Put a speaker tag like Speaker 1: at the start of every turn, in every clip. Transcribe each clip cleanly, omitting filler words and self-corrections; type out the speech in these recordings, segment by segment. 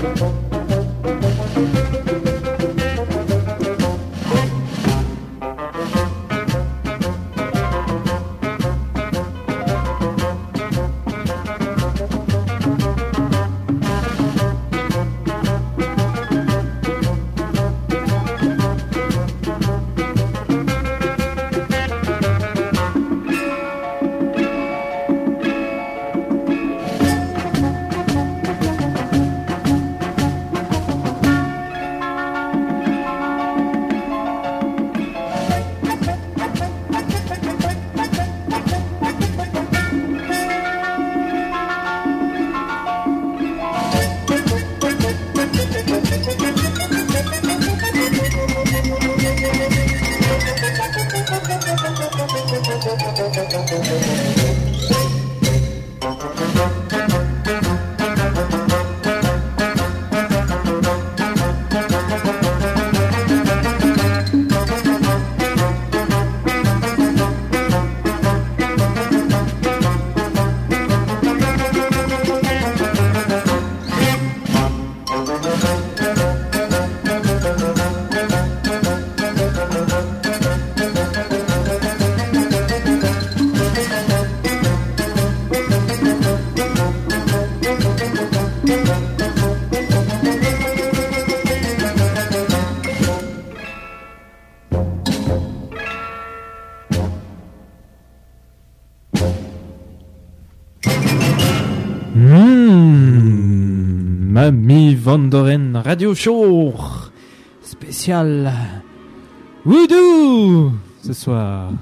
Speaker 1: Mamie Van Doren Radio Show spécial Voodoo ce soir.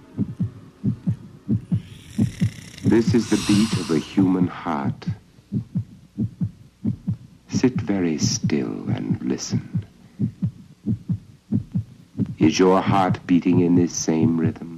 Speaker 2: This is the beat of a human heart. Sit very still and listen. Is your heart beating in this same rhythm?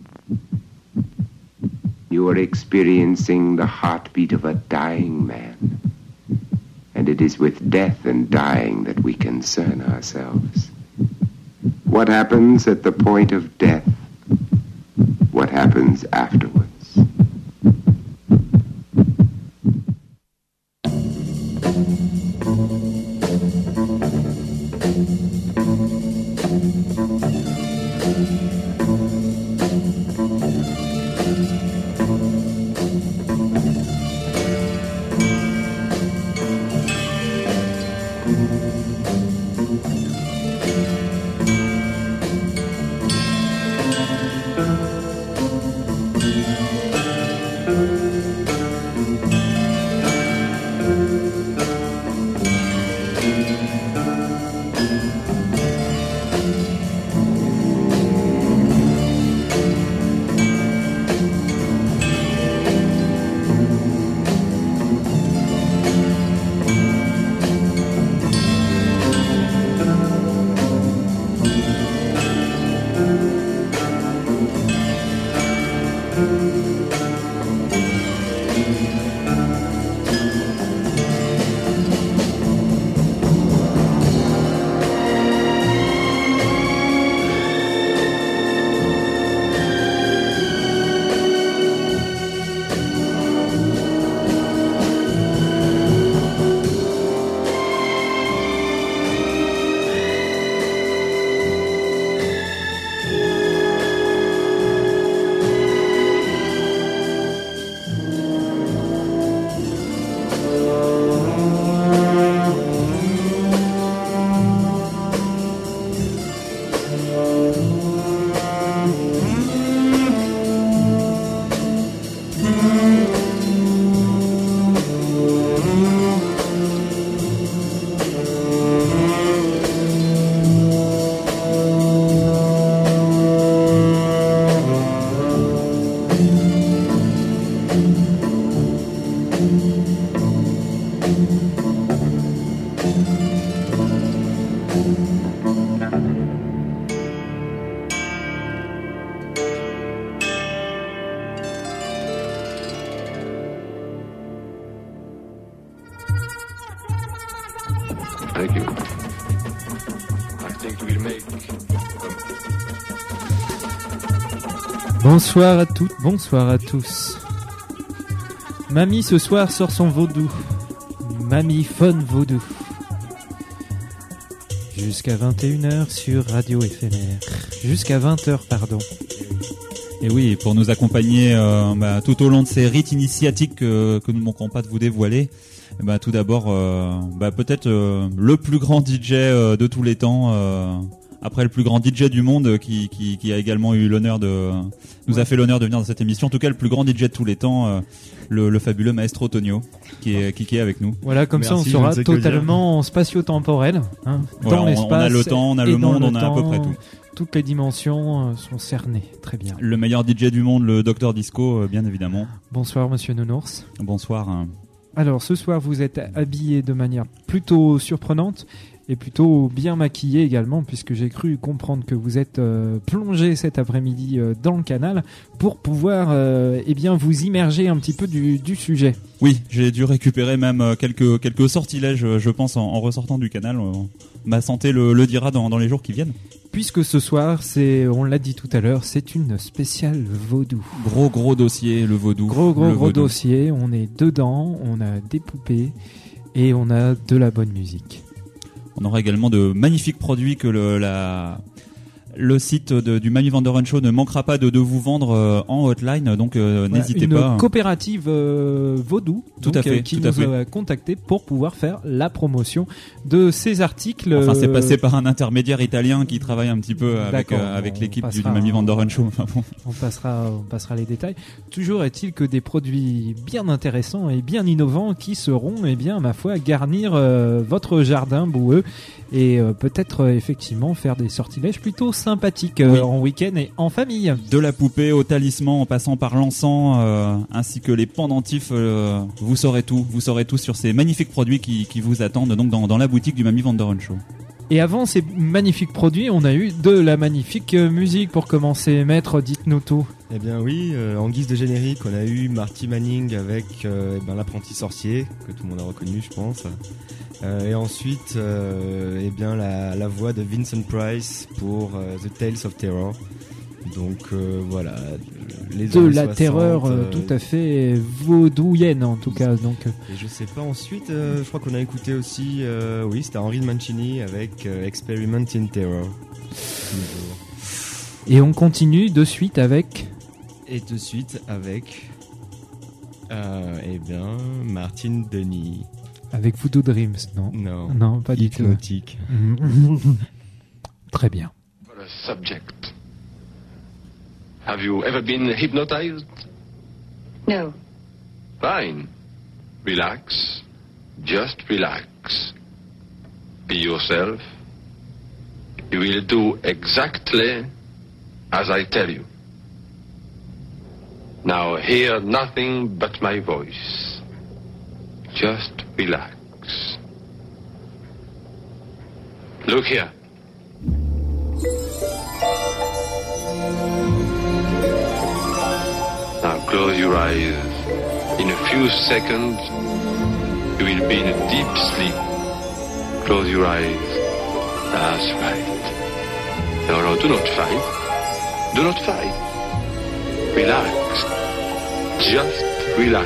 Speaker 2: You are experiencing the heartbeat of a dying man. And it is with death and dying that we concern ourselves. What happens at the point of death? What happens afterwards?
Speaker 3: Thank you. I think we'll make...
Speaker 1: Bonsoir à toutes, bonsoir à tous. Mamie ce soir sort son vaudou. Mamie Fun Vaudou. Jusqu'à 21h sur Radio Éphémère. Jusqu'à 20h, pardon.
Speaker 4: Et oui, pour nous accompagner tout au long de ces rites initiatiques que nous ne manquerons pas de vous dévoiler, tout d'abord, peut-être le plus grand DJ de tous les temps, après le plus grand DJ du monde qui a également eu l'honneur nous a fait l'honneur de venir dans cette émission. En tout cas, le plus grand DJ de tous les temps, le fabuleux maestro Tonio qui est avec nous.
Speaker 1: Voilà, comme
Speaker 5: Merci,
Speaker 1: ça on sera totalement spatio-temporel, hein, dans l'espace.
Speaker 4: On a le temps, on a le monde, on a à peu près tout.
Speaker 1: Toutes les dimensions sont cernées, très bien.
Speaker 4: Le meilleur DJ du monde, le Dr Disco, bien évidemment.
Speaker 1: Bonsoir Monsieur Nounours.
Speaker 4: Bonsoir.
Speaker 1: Alors ce soir vous êtes habillé de manière plutôt surprenante et plutôt bien maquillé également, puisque j'ai cru comprendre que vous êtes plongé cet après-midi dans le canal pour pouvoir vous immerger un petit peu du sujet.
Speaker 4: Oui, j'ai dû récupérer même quelques sortilèges, je pense, en ressortant du canal. Ma santé le dira dans les jours qui viennent.
Speaker 1: Puisque ce soir, on l'a dit tout à l'heure, c'est une spéciale vaudou.
Speaker 4: Gros dossier, le vaudou.
Speaker 1: Gros dossier, on est dedans, on a des poupées et on a de la bonne musique.
Speaker 4: On aura également de magnifiques produits que le site du Mamie Van Der Run Show ne manquera pas de vous vendre en hotline, donc n'hésitez pas.
Speaker 1: Une coopérative vaudou qui nous a contacté pour pouvoir faire la promotion de ces articles.
Speaker 4: Enfin, c'est passé par un intermédiaire italien qui travaille un petit peu avec l'équipe du Mamie Van Der Run Show. Enfin, bon.
Speaker 1: On passera les détails. Toujours est-il que des produits bien intéressants et bien innovants qui seront, ma foi, garnir votre jardin boueux et peut-être effectivement faire des sortilèges plutôt sympathiques en week-end et en famille.
Speaker 4: De la poupée au talisman en passant par l'encens ainsi que les pendentifs, vous saurez tout sur ces magnifiques produits qui vous attendent donc dans la boutique du Mamie Van Der Run Show.
Speaker 1: Et avant ces magnifiques produits, on a eu de la magnifique musique pour commencer. Maître, dites-nous tout.
Speaker 5: Eh bien oui, en guise de générique, on a eu Marty Manning avec l'apprenti sorcier, que tout le monde a reconnu, je pense. Et ensuite, la voix de Vincent Price pour The Tales of Terror. Donc voilà,
Speaker 1: de la 60, terreur tout à fait vaudouienne en tout cas. Donc.
Speaker 5: Et je sais pas, ensuite, je crois qu'on a écouté aussi, c'était Henry Mancini avec Experiment in Terror.
Speaker 1: Et on continue de suite avec...
Speaker 5: Martin Denis.
Speaker 1: Avec Voodoo Dreams, non? Non, pas du tout.
Speaker 5: Hypnotique.
Speaker 1: Très bien.
Speaker 3: For a subject. Have you ever been hypnotized?
Speaker 6: No.
Speaker 3: Fine. Relax. Just relax. Be yourself. You will do exactly as I tell you. Now hear nothing but my voice. Just relax. Look here. Now close your eyes. In a few seconds, you will be in a deep sleep. Close your eyes. That's right. No, do not fight. Do not fight. Relax. Just relax.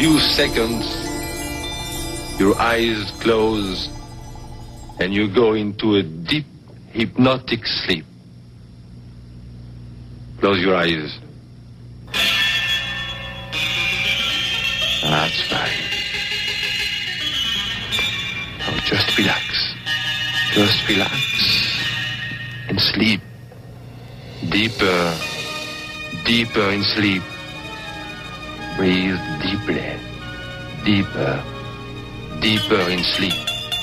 Speaker 3: few seconds, your eyes close and you go into a deep hypnotic sleep. Close your eyes. That's fine. Now just relax. Just relax and sleep. Deeper, deeper in sleep. Breathe deeply, deeper, deeper in sleep.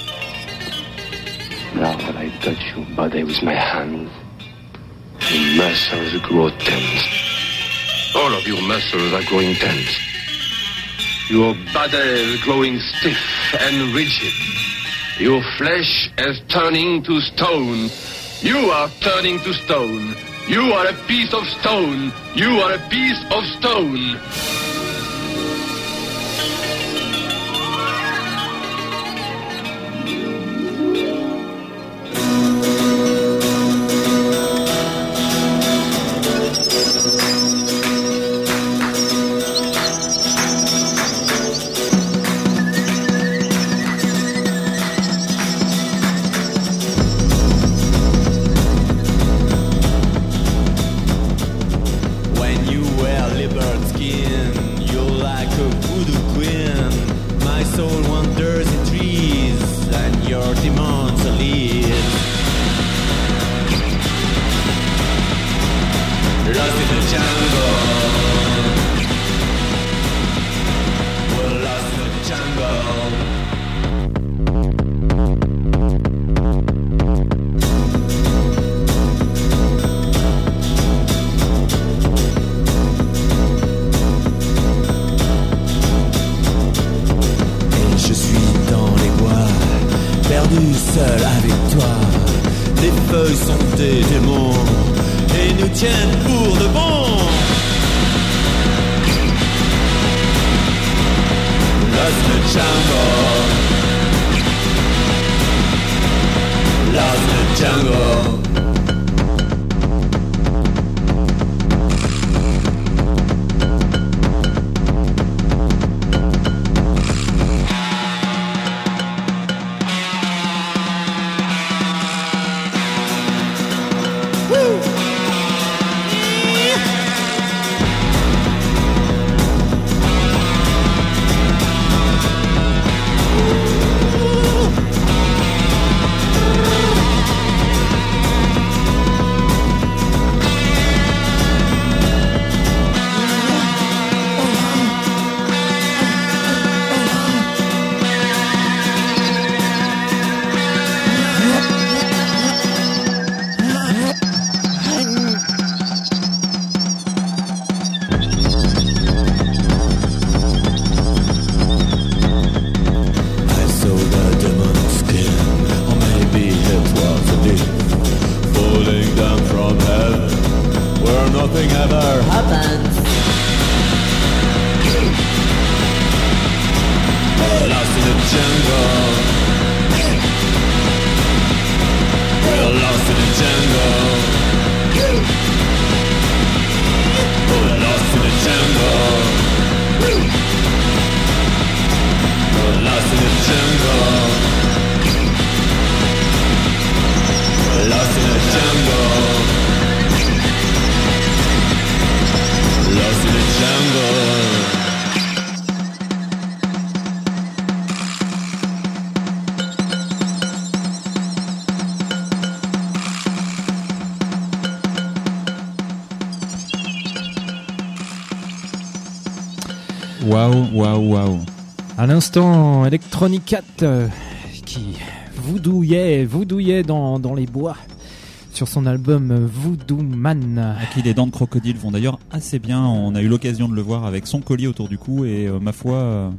Speaker 3: Now that I touch your body with my hands, your muscles grow tense. All of your muscles are growing tense. Your body is growing stiff and rigid. Your flesh is turning to stone. You are turning to stone. You are a piece of stone. You are a piece of stone.
Speaker 7: Seul avec toi, les feuilles sont des démons et nous tiennent pour de bon. Lost in the jungle, lost in the jungle.
Speaker 4: Waouh.
Speaker 1: À l'instant, Electronic Cat qui voudouillait dans les bois sur son album Voodoo Man.
Speaker 4: À qui les dents de crocodile vont d'ailleurs assez bien. On a eu l'occasion de le voir avec son collier autour du cou et ma foi,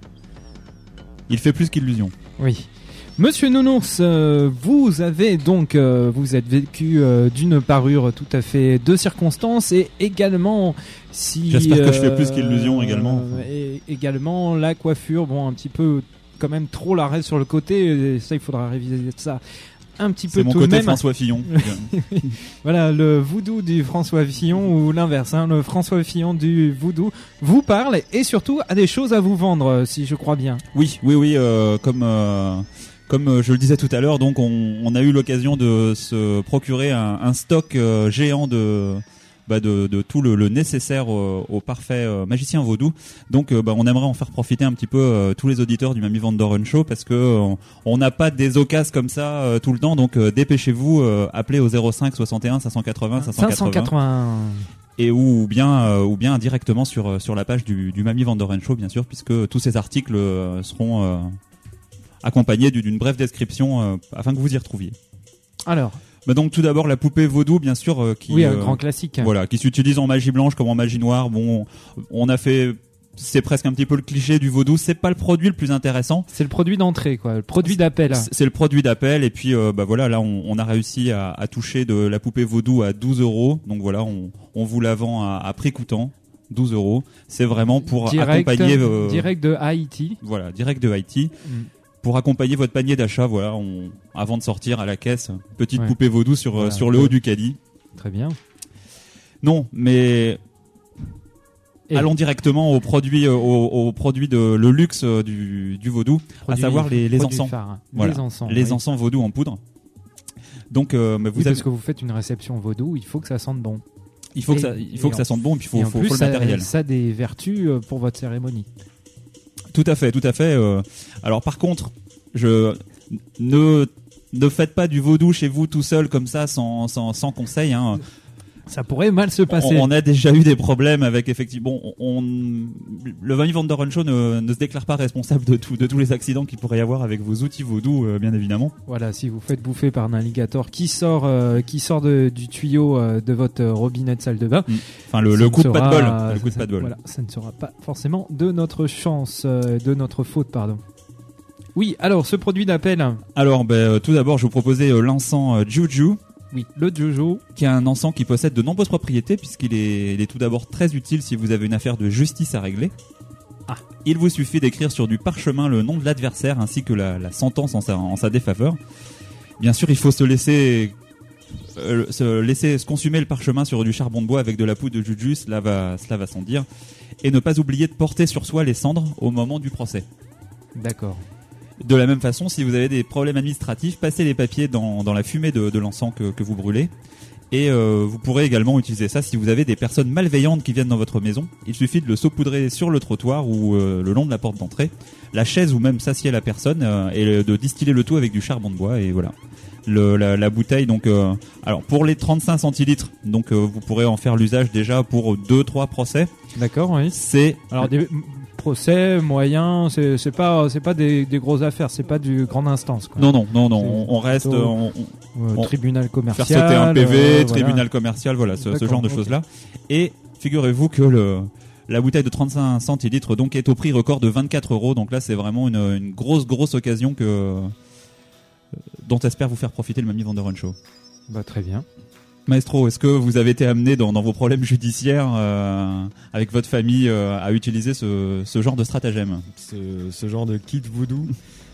Speaker 4: il fait plus qu'illusion.
Speaker 1: Oui. Monsieur Nounours, vous avez donc vous êtes vécu d'une parure tout à fait de circonstance et également
Speaker 4: j'espère que je fais plus qu'illusion également.
Speaker 1: Et également la coiffure, bon un petit peu quand même trop l'arrêt sur le côté, et ça il faudra réviser ça un petit peu
Speaker 4: C'est mon
Speaker 1: tout de
Speaker 4: côté
Speaker 1: même.
Speaker 4: François Fillon.
Speaker 1: Voilà, le voodoo du François Fillon ou l'inverse, hein, le François Fillon du voodoo vous parle et surtout a des choses à vous vendre, si je crois bien.
Speaker 4: Oui, comme je le disais tout à l'heure, donc on a eu l'occasion de se procurer un stock géant de tout le nécessaire au parfait magicien vaudou. Donc on aimerait en faire profiter un petit peu tous les auditeurs du Mamie Van Doren Show, parce que on n'a pas des occasions comme ça tout le temps, donc dépêchez-vous, appelez au 05 61 580
Speaker 1: 580.
Speaker 4: et ou bien directement sur la page du Mamie Van Doren Show, bien sûr, puisque tous ces articles seront accompagnés d'une brève description afin que vous y retrouviez.
Speaker 1: Alors,
Speaker 4: Mais donc tout d'abord la poupée vaudou, bien sûr, qui
Speaker 1: un grand classique.
Speaker 4: voilà, qui s'utilise en magie blanche comme en magie noire. Bon, on a fait, c'est presque un petit peu le cliché du vaudou. C'est pas le produit le plus intéressant.
Speaker 1: C'est le produit d'entrée, quoi, le produit d'appel.
Speaker 4: C'est le produit d'appel. Et puis voilà, là on a réussi à toucher de la poupée vaudou à 12 €. Donc voilà, on vous la vend à prix coûtant. 12 €. C'est vraiment pour accompagner
Speaker 1: direct de Haïti.
Speaker 4: Voilà, direct de Haïti. Pour accompagner votre panier d'achat, voilà, avant de sortir à la caisse, petite poupée vaudou sur le haut du caddie.
Speaker 1: Très bien.
Speaker 4: Non, mais allons directement au produit de le luxe du vaudou, à savoir les encens. Voilà, les encens vaudou en poudre. Donc, mais
Speaker 1: parce que vous faites une réception vaudou, il faut que ça sente bon.
Speaker 4: Il faut que ça sente bon, et puis il faut le matériel.
Speaker 1: Ça a des vertus pour votre cérémonie.
Speaker 4: Tout à fait. Alors par contre, ne faites pas du vaudou chez vous tout seul comme ça, sans conseil. Hein.
Speaker 1: Ça pourrait mal se passer.
Speaker 4: On a déjà eu des problèmes avec, effectivement, le Mamie Van Doren Show ne se déclare pas responsable de tous les accidents qu'il pourrait y avoir avec vos outils vaudou, bien évidemment.
Speaker 1: Voilà, si vous faites bouffer par un alligator qui sort du tuyau de votre robinet de salle de bain.
Speaker 4: Enfin, le coup de pas de bol. Le coup de pas de bol.
Speaker 1: Voilà, ça ne sera pas forcément de notre chance, de notre faute, pardon. Oui, alors, ce produit d'appel.
Speaker 4: Alors, tout d'abord, je vous proposais l'encens Juju.
Speaker 1: Oui, le Jojo,
Speaker 4: qui est un encens qui possède de nombreuses propriétés, puisqu'il est tout d'abord très utile si vous avez une affaire de justice à régler. Il vous suffit d'écrire sur du parchemin le nom de l'adversaire ainsi que la sentence en sa défaveur. Bien sûr, il faut se laisser se consumer le parchemin sur du charbon de bois avec de la poudre de juju, cela va sans dire, et ne pas oublier de porter sur soi les cendres au moment du procès.
Speaker 1: D'accord.
Speaker 4: De la même façon, si vous avez des problèmes administratifs, passez les papiers dans la fumée de l'encens que vous brûlez. Et vous pourrez également utiliser ça si vous avez des personnes malveillantes qui viennent dans votre maison. Il suffit de le saupoudrer sur le trottoir ou le long de la porte d'entrée, la chaise où même s'assied la personne, et de distiller le tout avec du charbon de bois. Et voilà. La bouteille, donc, alors pour les 35 centilitres, donc vous pourrez en faire l'usage déjà pour 2-3 procès.
Speaker 1: D'accord, oui.
Speaker 4: C'est
Speaker 1: alors des procès moyens, c'est pas des grosses affaires, c'est pas du grande instance, quoi.
Speaker 4: Non, on reste
Speaker 1: tribunal commercial,
Speaker 4: faire sauter un PV, tribunal
Speaker 1: voilà.
Speaker 4: commercial, voilà, ce genre de choses-là. Et figurez-vous que la bouteille de 35 centilitres donc est au prix record de 24 €. Donc là, c'est vraiment une grosse occasion dont espère vous faire profiter le Mamie Van Doren Show.
Speaker 1: Bah très bien.
Speaker 4: Maestro, est-ce que vous avez été amené dans vos problèmes judiciaires avec votre famille à utiliser ce genre de stratagème,
Speaker 5: ce genre de kit voodoo?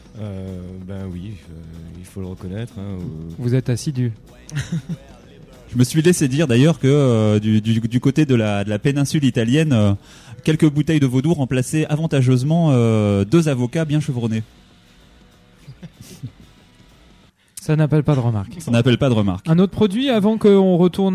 Speaker 5: Oui, il faut le reconnaître. Hein,
Speaker 1: Vous êtes assidu.
Speaker 4: Je me suis laissé dire d'ailleurs que du côté de la péninsule italienne, quelques bouteilles de vaudou remplaçaient avantageusement 2 avocats bien chevronnés.
Speaker 1: Ça n'appelle pas de remarque.
Speaker 4: Ça n'appelle pas de remarque.
Speaker 1: Un autre produit avant qu'on retourne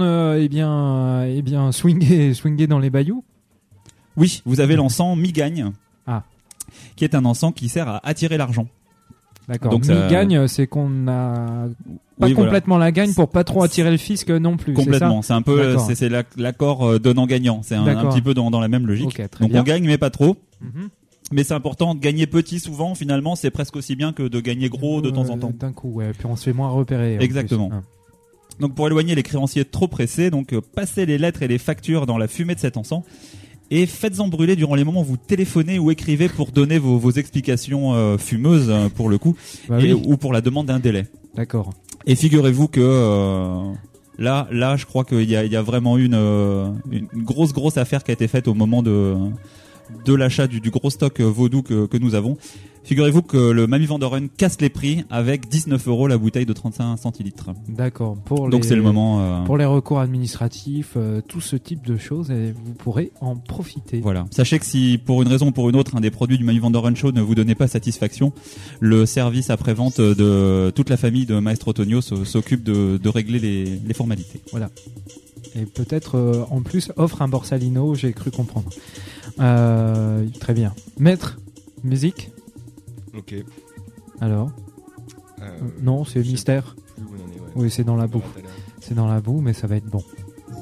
Speaker 1: swinguer dans les bayous.
Speaker 4: Oui, vous avez l'encens Migagne. Qui est un encens qui sert à attirer l'argent.
Speaker 1: D'accord. Donc Migagne, c'est qu'on a pas complètement la gagne pour pas trop attirer le fisc non plus.
Speaker 4: Complètement. C'est un peu c'est l'accord donnant-gagnant. C'est un petit peu dans la même logique.
Speaker 1: Okay,
Speaker 4: donc
Speaker 1: bien.
Speaker 4: On gagne mais pas trop. Mm-hmm. Mais c'est important de gagner petit souvent, finalement, c'est presque aussi bien que de gagner gros de temps en temps.
Speaker 1: D'un coup, ouais, puis on se fait moins repérer.
Speaker 4: Exactement. Donc pour éloigner les créanciers trop pressés, donc passez les lettres et les factures dans la fumée de cet encens et faites-en brûler durant les moments où vous téléphonez ou écrivez pour donner vos explications fumeuses pour le coup, ou pour la demande d'un délai.
Speaker 1: D'accord.
Speaker 4: Et figurez-vous que là, je crois qu'il y a vraiment une grosse affaire qui a été faite au moment de l'achat du gros stock vaudou que nous avons. Figurez-vous que le Mamie Van Doren casse les prix avec 19 € la bouteille de 35 centilitres.
Speaker 1: D'accord.
Speaker 4: Donc c'est le moment.
Speaker 1: Pour les recours administratifs, tout ce type de choses, et vous pourrez en profiter.
Speaker 4: Voilà. Sachez que si pour une raison ou pour une autre, un des produits du Mamie Van Doren Show ne vous donnait pas satisfaction, le service après-vente de toute la famille de Maestro Tonio s'occupe de régler les formalités.
Speaker 1: Voilà. Et peut-être en plus offre un Borsalino, j'ai cru comprendre. Très bien. Maître, musique.
Speaker 5: Ok.
Speaker 1: Alors non, c'est mystère.
Speaker 5: Plus où on en est, ouais.
Speaker 1: Oui, c'est dans la boue.
Speaker 5: Tout à l'heure.
Speaker 1: C'est dans la boue, mais ça va être bon.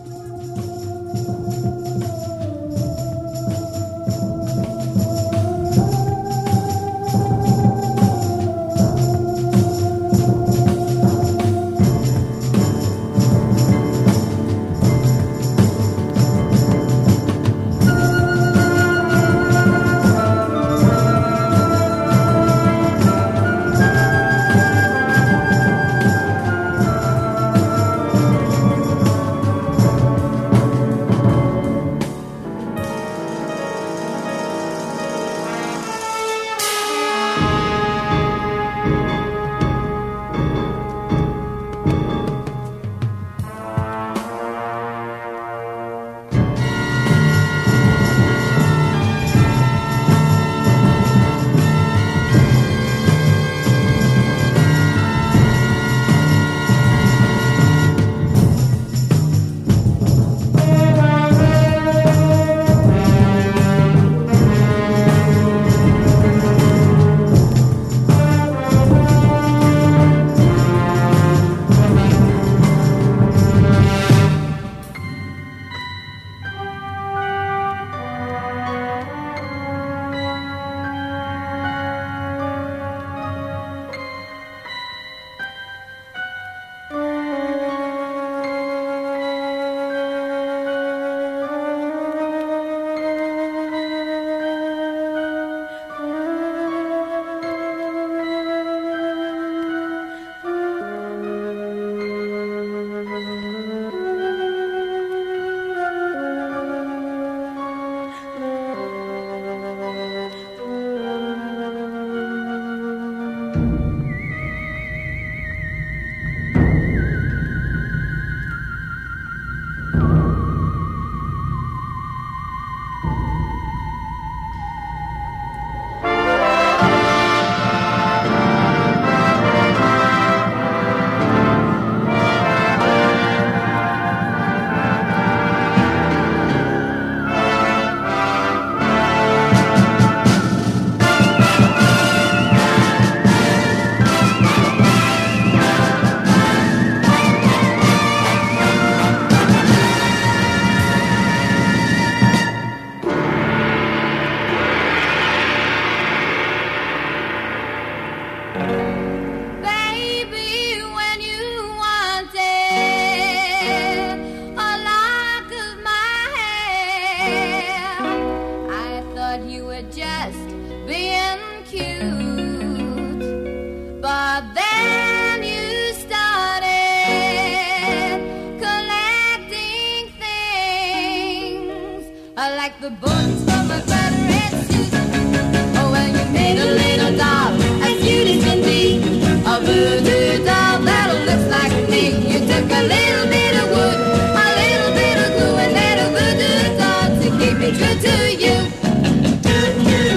Speaker 8: The buttons from a red suit. Oh, well, you made a little doll as cute as can be. A voodoo doll that looks like me. You took a little bit of wood, a little bit of glue, and made a voodoo doll to keep me true to you. True,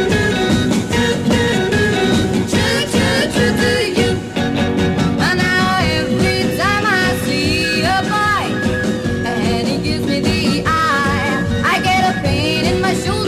Speaker 8: true to you. And now every time I see a boy and he gives me the eye, I get a pain in my shoulder.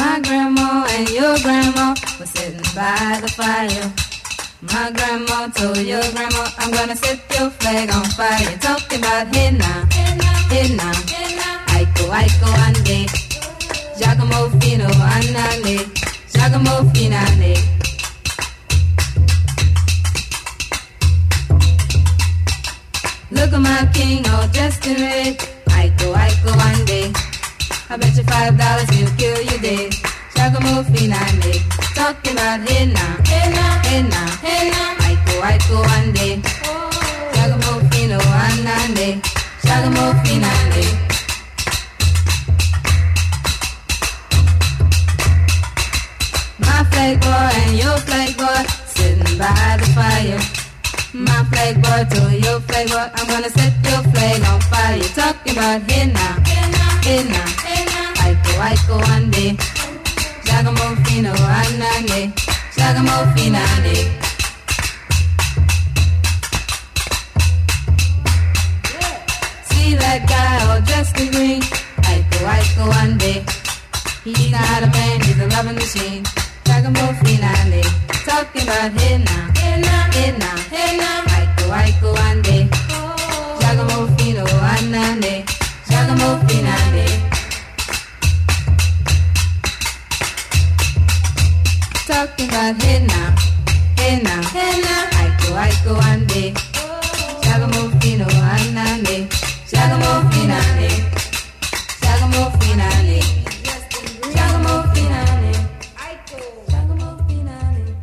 Speaker 8: My grandma and your grandma were sitting by the fire. My grandma told your grandma, I'm gonna set your flag on fire. Talking about hey now, hey now, Aiko, Aiko, ande. Giacomo Fino, anane, Giacomo Finane. Look at my king all dressed in red. Aiko, Aiko, ande. I bet you $5 he'll kill you dead. Giacomo Finane. Talking about hey now, hey now, hey now, hey now. Aiko, Aiko, ande. Giacomo Fino, anane, Giacomo Finane. My flag boy and your flag boy sitting by the fire. My flag boy told your flag boy, I'm gonna set your flag on fire. Talking about hey now, hey now, hey now, hey now. Aiko, Aiko, ande. Giacomo Fino, anane, Giacomo Finane. See that guy all dressed in green? Aiko, Aiko, ande. He's not a man, he's a loving machine. Giacomo Finane. Talking about hey now, hey now, hey now, hey now. Aiko, Aiko, ande. Giacomo Fino, anane, Giacomo Finane. Talking about hey now, hey now, hey now. Aiko, Aiko, ande. Giacomo Fino, anane, Giacomo Finane. Giacomo Finane. Giacomo Finane. Aiko, Giacomo Finane.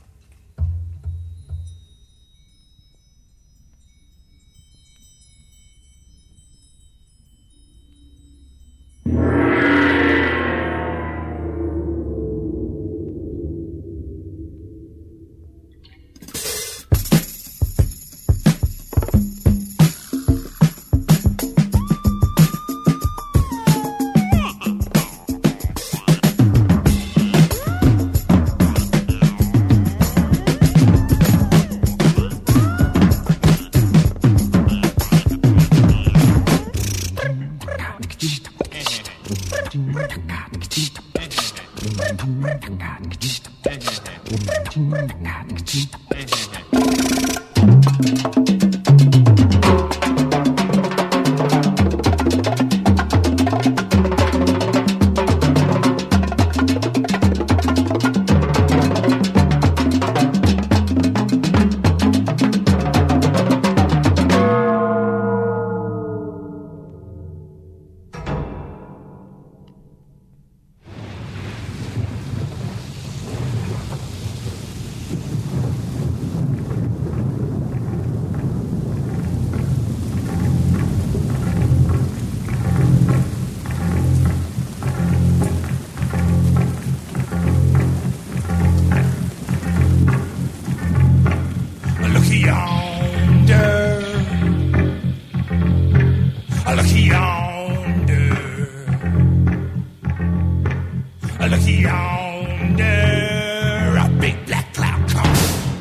Speaker 9: Look yonder, a big black cloud come.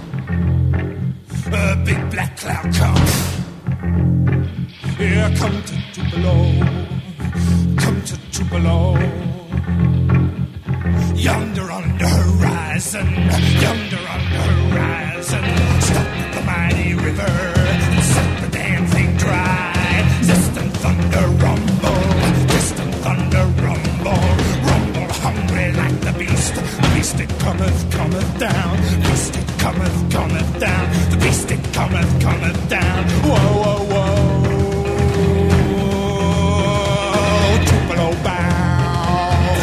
Speaker 9: A big black cloud come. Here come to Tupelo, come to Tupelo. Yonder on the horizon, yonder on the horizon. Stop the mighty river, set the damn thing dry. Distant thunder rumble, distant thunder rumble. Rumble hungry like the beast. The beast it cometh, cometh down. Beast it cometh, cometh down. The beast it cometh, cometh down. Whoa, whoa, whoa. Tupelo bound.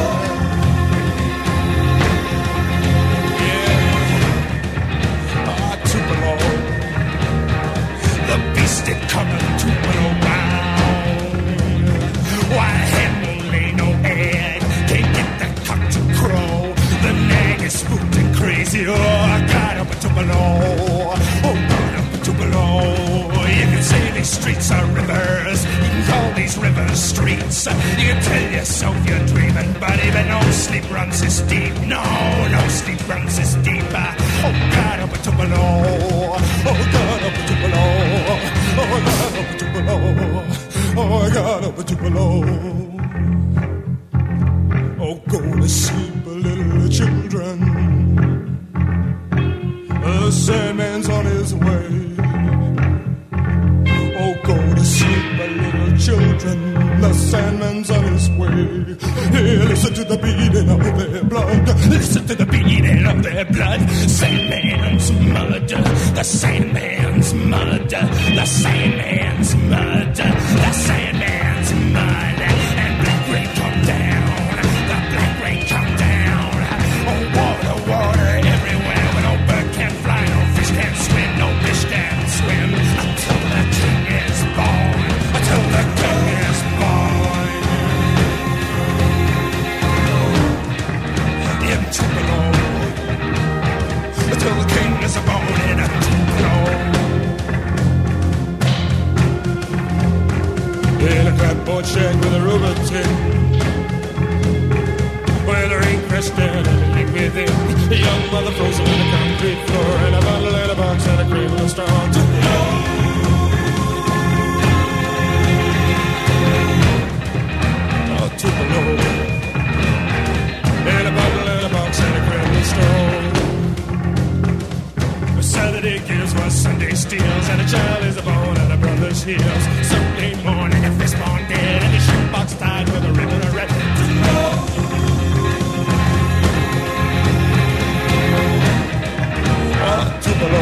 Speaker 9: Yeah. Tupelo. The beast it cometh, Tupelo bound. Why hen lay no egg? Can't get that cock to crow. The nag is spooked and crazy. Oh, I got up a Tupelo. Oh, got up a Tupelo. You can say these streets are rivers. You can call these rivers streets. You can tell yourself you're dreaming, buddy, but no sleep runs this deep. No, no sleep runs this deep. Oh, got up a Tupelo. Oh, got up a Tupelo. Oh, I got up a Tupelo. Oh, I got up a Tupelo. Oh, go to Sandman's on his way. Hey, listen to the beating of their blood. Listen to the beating of their blood. Sandman's mud. The Sandman's mud. The Sandman's mud. The Sandman's mud. And black rain come down. The black rain come down. Oh, water, water everywhere. Where no bird can fly, no fish can swim, no fish can swim. Until the king is born. Until the king is born. In Tupelo. Until the king is born in a Tupelo. In a clapboard shed with a rubber tin, where there ain't crest and anything within. A young mother frozen in a concrete floor, and a bottle and a box and a cradle of straw. Tupelo. And a bottle and a box and a cradle of straw. Saturday gives what Sunday steals, and a child is born at a brother's heels. Sunday morning, a fistborn dead, and a shoebox tied with a ribbon of red. Tupelo.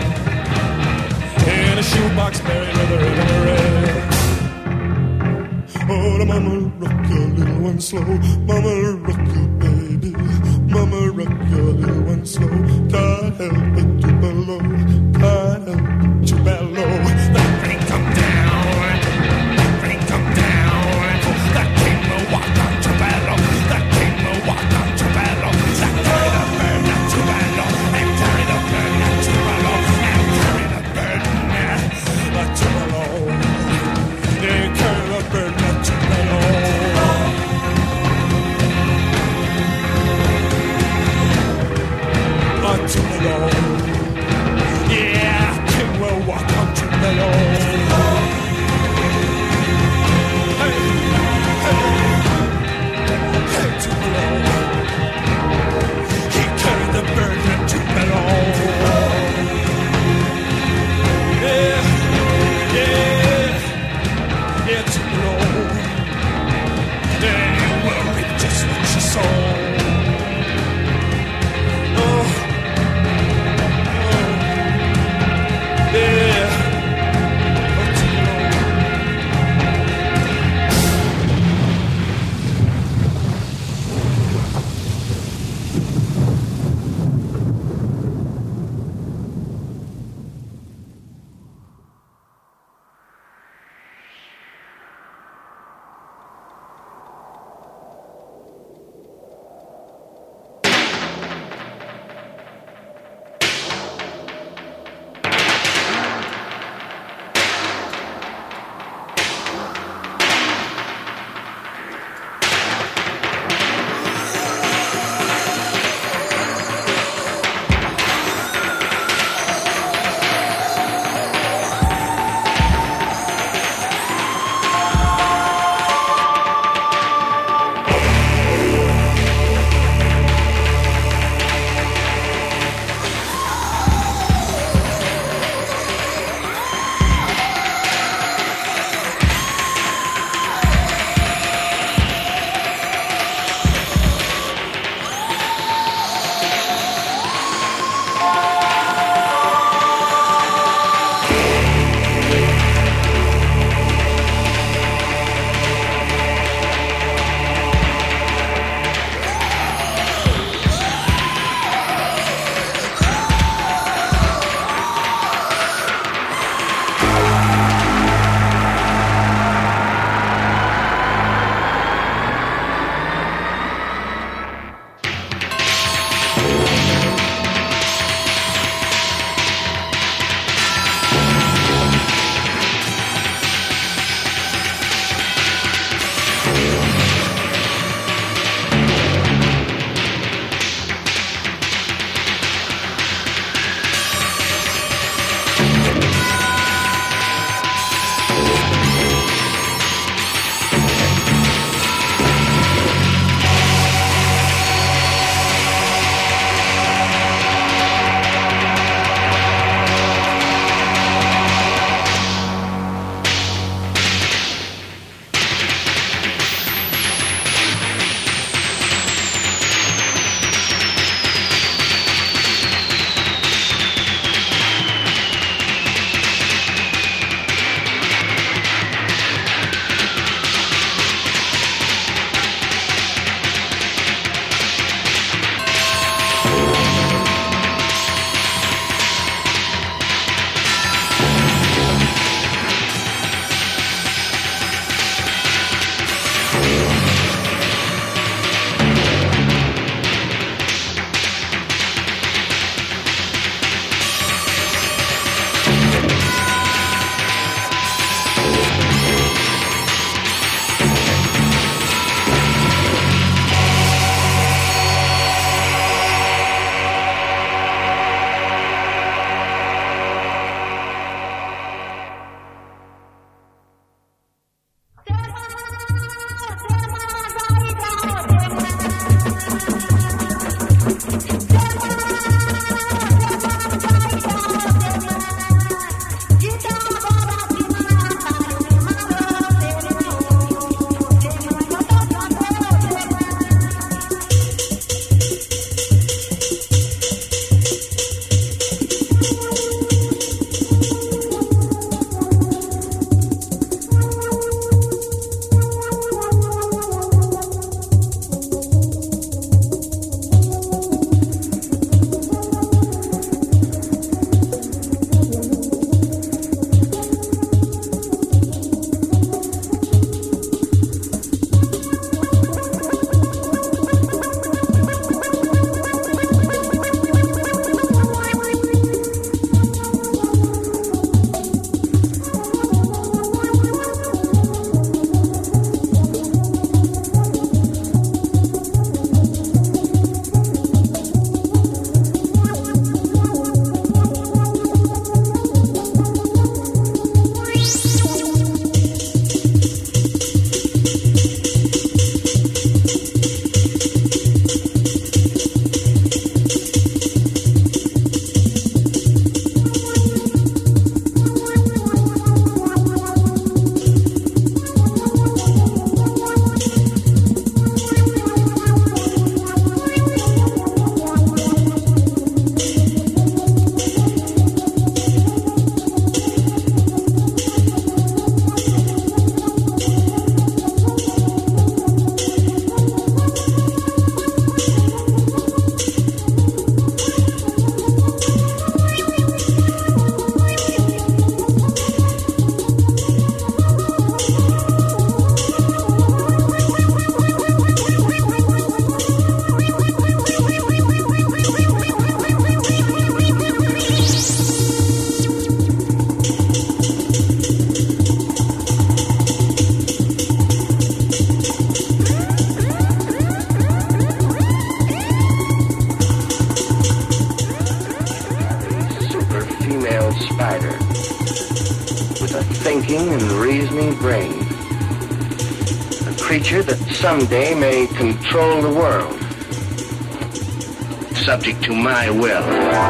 Speaker 9: In a shoebox buried with a ribbon of red. Oh, the mama rock your little one slow. Mama rock your baby. Mama rock your little one slow. God help it, Tupelo. God help it, Tupelo. That rain come down. That rain come down. That king will walk on Tupelo. That king will walk on Tupelo. That carry the burden of Tupelo. And carry the burden of Tupelo. And carry the burden of Tupelo. And carry the burden of Tupelo. Tupelo.
Speaker 10: functioning brain. A creature that someday may control the world. Subject to my will.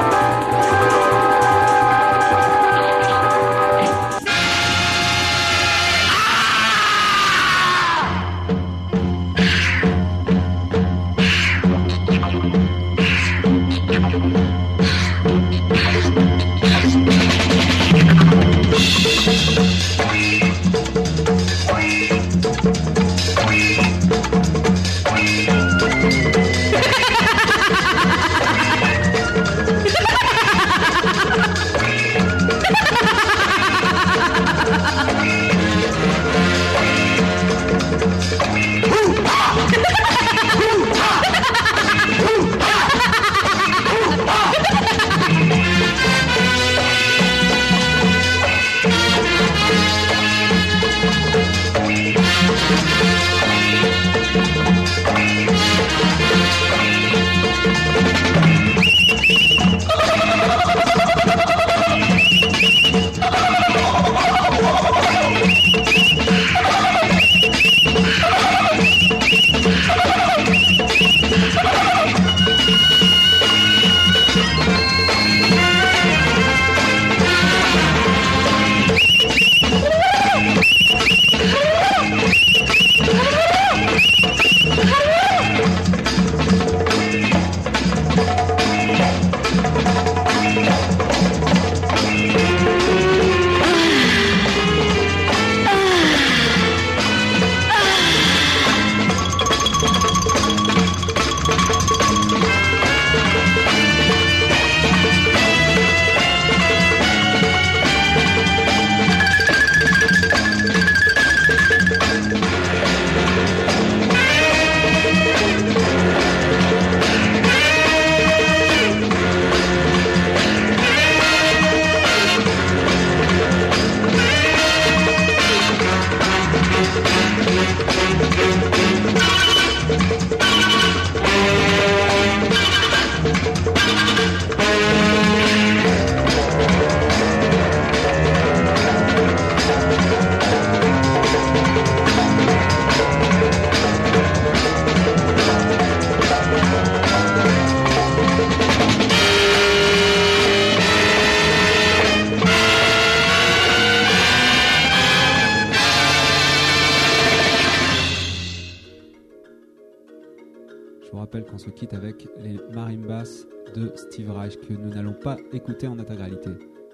Speaker 11: Je vous rappelle qu'on se quitte avec les marimbas de Steve Reich que nous n'allons pas écouter en intégralité.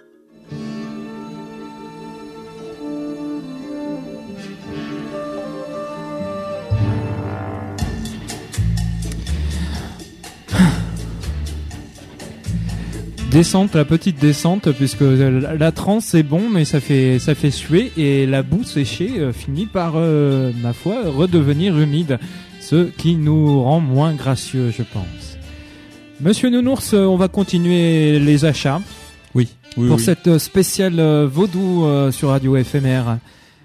Speaker 1: Descente, la petite descente, puisque la transe c'est bon, mais ça fait suer et la boue séchée finit par, ma foi, redevenir humide, ce qui nous rend moins gracieux, je pense. Monsieur Nounours, on va continuer les achats.
Speaker 4: Oui.
Speaker 1: Pour cette spéciale Vaudou sur Radio FMR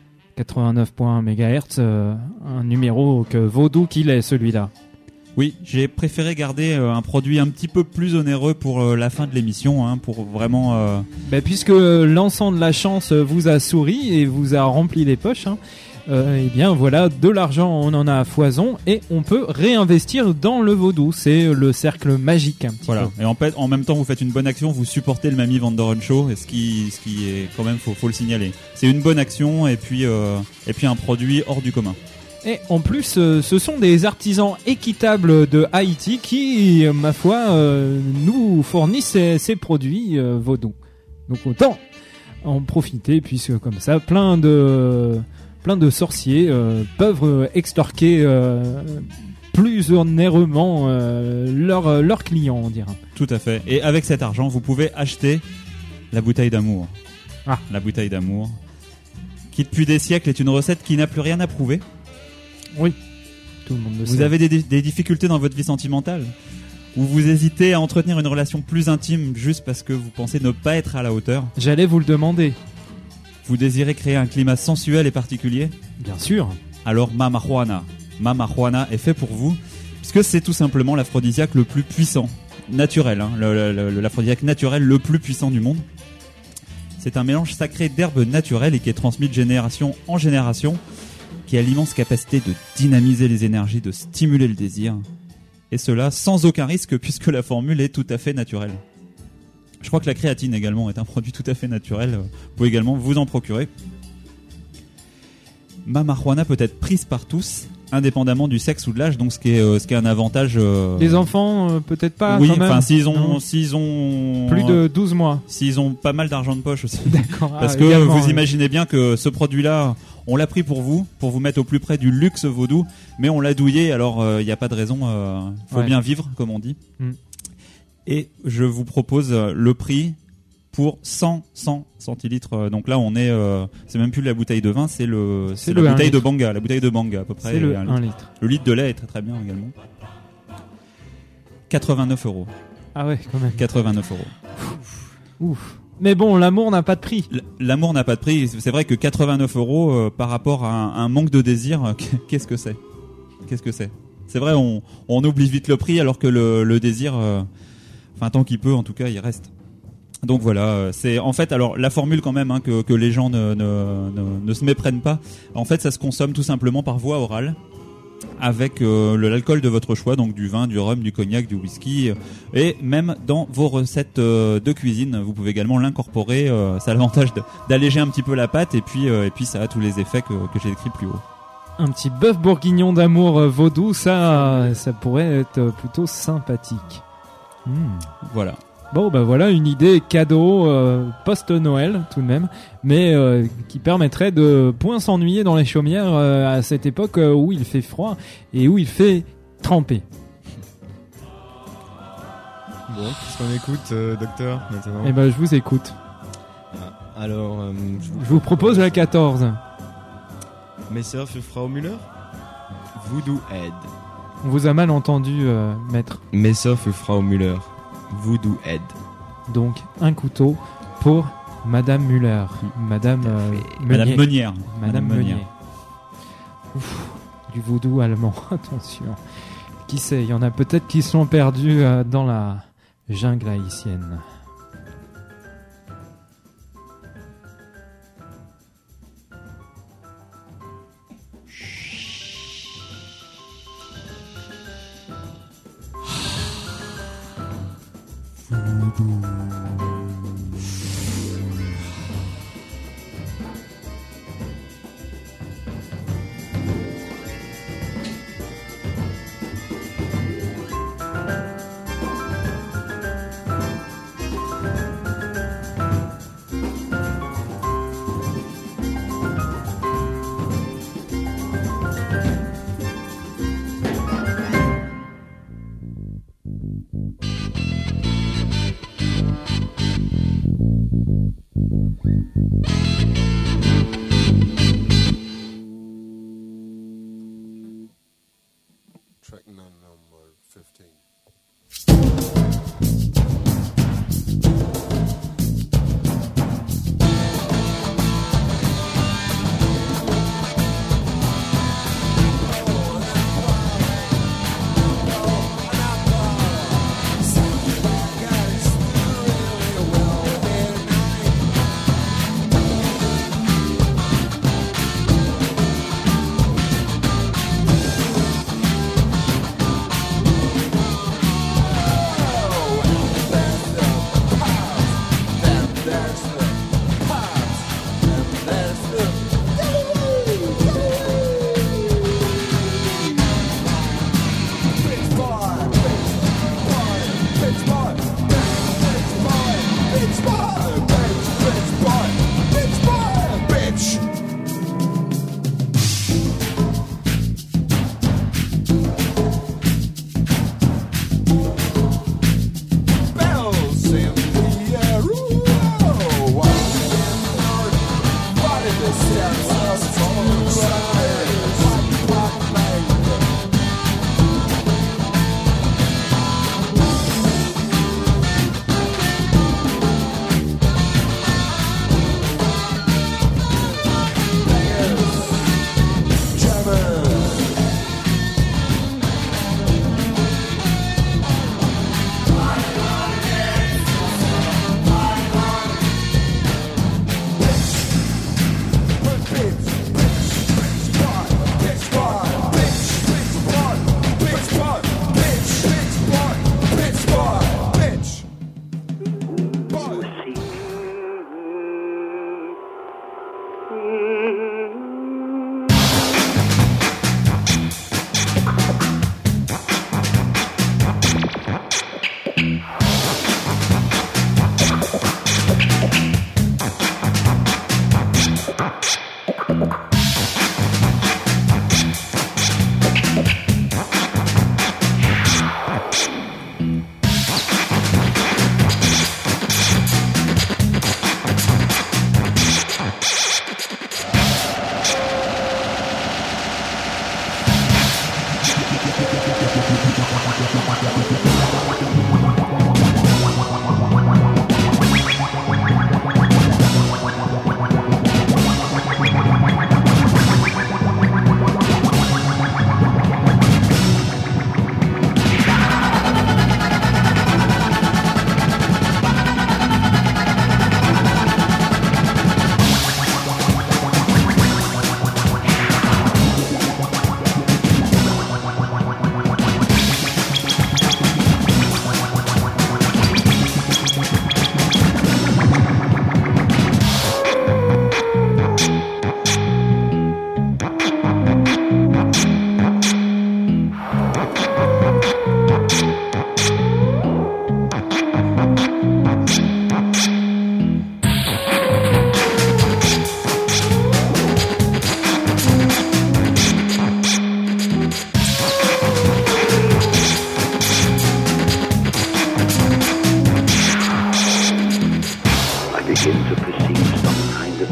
Speaker 1: 89.1 MHz, un numéro que Vaudou qu'il est celui-là.
Speaker 4: Oui, j'ai préféré garder un produit un petit peu plus onéreux pour la fin de l'émission, hein, pour vraiment...
Speaker 1: puisque l'encens de la chance vous a souri et vous a rempli les poches, hein, eh bien voilà, de l'argent on en a à foison et on peut réinvestir dans le vaudou. C'est le cercle magique un petit peu.
Speaker 4: Et en même temps vous faites une bonne action, vous supportez le Mamie Van Doren Show, et ce qui est quand même, faut le signaler. C'est une bonne action et puis un produit hors du commun.
Speaker 1: Et en plus, ce sont des artisans équitables de Haïti qui, ma foi, nous fournissent ces produits vaudou. Donc autant en profiter, puisque comme ça, plein de sorciers peuvent extorquer plus onérement leurs clients, on dira.
Speaker 4: Tout à fait. Et avec cet argent, vous pouvez acheter la bouteille d'amour.
Speaker 1: Ah.
Speaker 4: La bouteille d'amour, qui depuis des siècles est une recette qui n'a plus rien à prouver.
Speaker 1: Oui, tout le monde le sait.
Speaker 4: Vous avez des difficultés dans votre vie sentimentale, ou vous hésitez à entretenir une relation plus intime juste parce que vous pensez ne pas être à la hauteur.
Speaker 1: J'allais vous le demander.
Speaker 4: Vous désirez créer un climat sensuel et particulier ?
Speaker 1: Bien sûr.
Speaker 4: Alors Mama Juana est fait pour vous, puisque c'est tout simplement l'aphrodisiaque le plus puissant, naturel, hein, l'aphrodisiaque naturel le plus puissant du monde. C'est un mélange sacré d'herbes naturelles et qui est transmis de génération en génération, qui a l'immense capacité de dynamiser les énergies, de stimuler le désir, et cela sans aucun risque puisque la formule est tout à fait naturelle. Je crois que la créatine également est un produit tout à fait naturel, vous pouvez également vous en procurer. Ma marijuana peut être prise par tous, indépendamment du sexe ou de l'âge, donc ce qui est un avantage.
Speaker 1: Les enfants, peut-être pas.
Speaker 4: Oui,
Speaker 1: quand même.
Speaker 4: enfin s'ils ont
Speaker 1: plus de 12 mois,
Speaker 4: s'ils ont pas mal d'argent de poche aussi.
Speaker 1: D'accord.
Speaker 4: Parce que
Speaker 1: également,
Speaker 4: vous imaginez bien que ce produit-là, on l'a pris pour vous mettre au plus près du luxe vaudou, mais on l'a douillé. Alors il n'y a pas de raison. Faut bien vivre, comme on dit. Et je vous propose le prix pour 100 centilitres. Donc là, on est, c'est même plus la bouteille de vin, c'est la bouteille de Banga, la bouteille de Banga à peu près.
Speaker 1: C'est le 1 litre.
Speaker 4: Le litre de lait est très très bien également. 89 €.
Speaker 1: Ah ouais, quand même.
Speaker 4: 89 €.
Speaker 1: Ouf. Mais bon, l'amour n'a pas de prix.
Speaker 4: L'amour n'a pas de prix. C'est vrai que 89 € par rapport à un manque de désir, qu'est-ce que c'est ? Qu'est-ce que c'est ? C'est vrai, on oublie vite le prix alors que le désir, enfin tant qu'il peut, en tout cas, il reste. Donc voilà, c'est en fait alors la formule quand même que les gens ne se méprennent pas. En fait, ça se consomme tout simplement par voie orale avec l'alcool de votre choix, donc du vin, du rhum, du cognac, du whisky, et même dans vos recettes de cuisine, vous pouvez également l'incorporer. Ça a l'avantage d'alléger un petit peu la pâte et puis ça a tous les effets que j'ai décrits plus haut.
Speaker 1: Un petit bœuf bourguignon d'amour vaudou, ça pourrait être plutôt sympathique.
Speaker 4: Voilà.
Speaker 1: Bon, bah voilà une idée cadeau post-Noël tout de même, mais qui permettrait de point s'ennuyer dans les chaumières à cette époque où il fait froid et où il fait tremper.
Speaker 5: Bon, qu'est-ce qu'on écoute, docteur, maintenant ?
Speaker 1: Eh ben, je vous écoute.
Speaker 5: Alors,
Speaker 1: je vous propose la 14.
Speaker 5: Messer für Frau Müller, Voodoo Head.
Speaker 1: On vous a mal entendu, maître.
Speaker 5: Messer für Frau Müller, Voodoo Head.
Speaker 1: Donc, un couteau pour Madame Müller. Madame
Speaker 4: Meunière.
Speaker 1: Madame Meunier. Ouf, du voodoo allemand, attention. Qui sait, il y en a peut-être qui sont perdus dans la jungle haïtienne.
Speaker 12: Track number 15.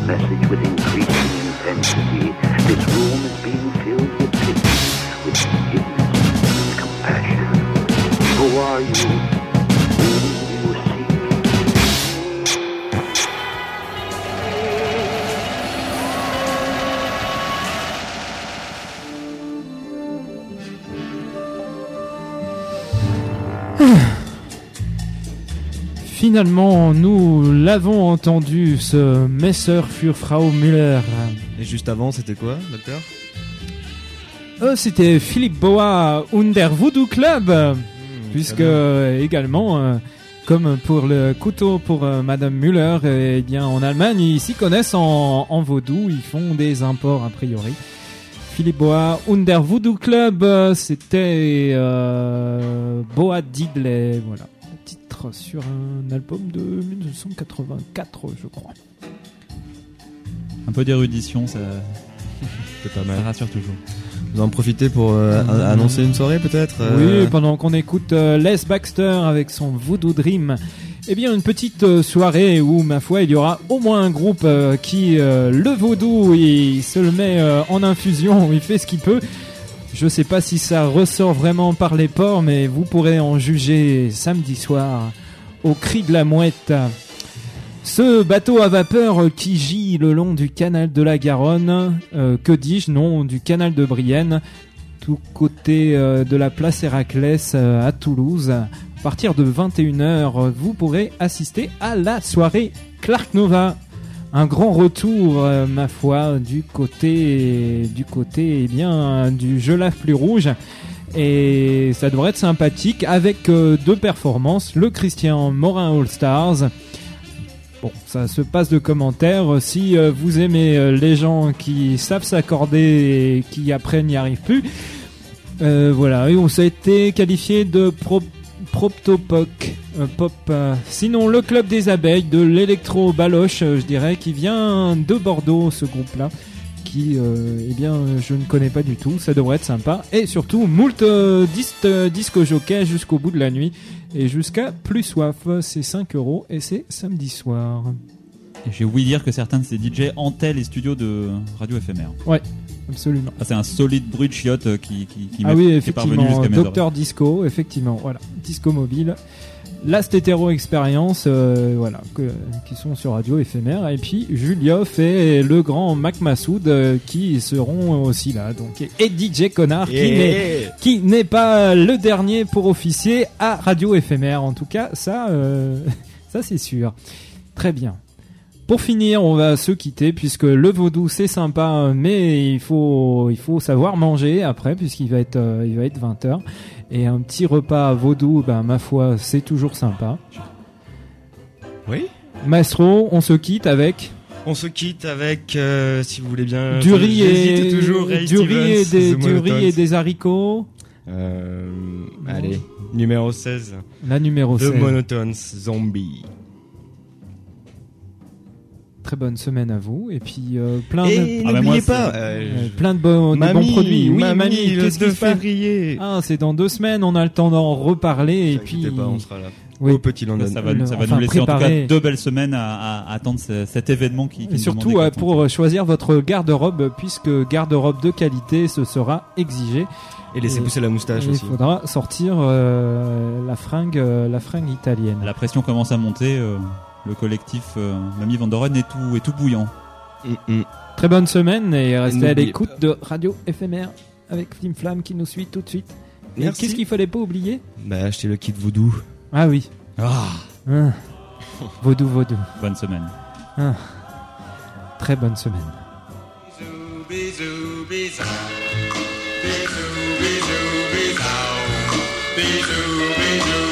Speaker 13: message with increasing intensity. This room is being filled with pity, with forgiveness, with compassion. Who are you? Who you see?
Speaker 1: Finalement, nous l'avons entendu, ce Messer für Frau Müller.
Speaker 5: Et juste avant, c'était quoi, docteur?
Speaker 1: C'était Philippe Boa und der Voodoo Club, puisque également, comme pour le couteau pour Madame Müller, eh bien en Allemagne, ils s'y connaissent en vaudou, ils font des imports a priori. Philippe Boa und der Voodoo Club, c'était Boa Diddley, voilà. Sur un album de 1984, je crois.
Speaker 4: Un peu d'érudition, ça
Speaker 5: c'est pas mal.
Speaker 4: Ça rassure toujours.
Speaker 5: Vous en profitez pour annoncer une soirée peut-être
Speaker 1: Oui, pendant qu'on écoute Les Baxter avec son Voodoo Dream. Eh bien, une petite soirée où, ma foi, il y aura au moins un groupe qui, le vaudou, il se le met en infusion, il fait ce qu'il peut. Je sais pas si ça ressort vraiment par les pores, mais vous pourrez en juger samedi soir au cri de la mouette. Ce bateau à vapeur qui gît le long du canal de la Garonne, que dis-je, non, du canal de Brienne, tout côté de la place Héraclès à Toulouse. À partir de 21h, vous pourrez assister à la soirée Clark Nova. Un grand retour, ma foi, du côté eh bien, du Je lave plus rouge. Et ça devrait être sympathique avec deux performances. Le Christian Morin All Stars. Bon, ça se passe de commentaires. Si vous aimez les gens qui savent s'accorder et qui après n'y arrivent plus. Voilà, et on s'est été qualifié de Proptopoc pop. Sinon, le Club des Abeilles de l'électro baloche, je dirais, qui vient de Bordeaux, ce groupe-là, qui, eh bien, je ne connais pas du tout. Ça devrait être sympa. Et surtout, moult disco jockey jusqu'au bout de la nuit et jusqu'à plus soif. C'est 5€ et c'est samedi soir.
Speaker 4: Et j'ai oublié dire que certains de ces DJ hantaient les studios de Radio Éphémère.
Speaker 1: Ouais. Absolument.
Speaker 4: Ah, c'est un solide bruit de chiottes qui
Speaker 1: ah oui,
Speaker 4: est parvenu jusqu'à mes oreilles.
Speaker 1: Docteur Disco, effectivement, voilà, Disco Mobile, Last Hétéro Expérience, voilà, qui sont sur Radio Éphémère, et puis Julioff et le grand Mac Massoud qui seront aussi là, donc et DJ Connard qui n'est pas le dernier pour officier à Radio Éphémère, en tout cas, ça c'est sûr. Très bien. Pour finir, on va se quitter puisque le vaudou c'est sympa, mais il faut savoir manger après puisqu'il va être 20h et un petit repas vaudou, ben ma foi, c'est toujours sympa.
Speaker 5: Oui.
Speaker 1: Maestro, on se quitte avec.
Speaker 5: Si vous voulez bien.
Speaker 1: Du riz et des haricots.
Speaker 5: Allez, numéro 16.
Speaker 1: La numéro 16.
Speaker 5: The Monotones Zombie.
Speaker 1: Très bonne semaine à vous et puis
Speaker 5: n'oubliez pas
Speaker 1: plein de bons produits. Oui,
Speaker 5: Mamie, le 2 février.
Speaker 1: Ah, c'est dans 2 semaines, on a le temps d'en reparler et puis
Speaker 5: pas, on sera là.
Speaker 1: Oui.
Speaker 5: Au Petit London.
Speaker 4: Ça va nous laisser en tout cas 2 belles semaines à attendre cet événement qui
Speaker 1: et surtout pour choisir votre garde-robe puisque garde-robe de qualité ce sera exigé.
Speaker 5: Et laisser pousser la moustache aussi.
Speaker 1: Il faudra sortir la fringue italienne.
Speaker 4: La pression commence à monter. Le collectif Mamie Van Doren est tout bouillant.
Speaker 1: Très bonne semaine et restez à l'écoute de Radio Éphémère avec Flim Flam qui nous suit tout de suite.
Speaker 5: Merci.
Speaker 1: Qu'est-ce qu'il fallait pas oublier?
Speaker 5: Acheter le kit Voodoo.
Speaker 1: Ah oui. Vaudou.
Speaker 4: Bonne semaine.
Speaker 1: Très bonne semaine.
Speaker 9: Bisou, bisou, bisou.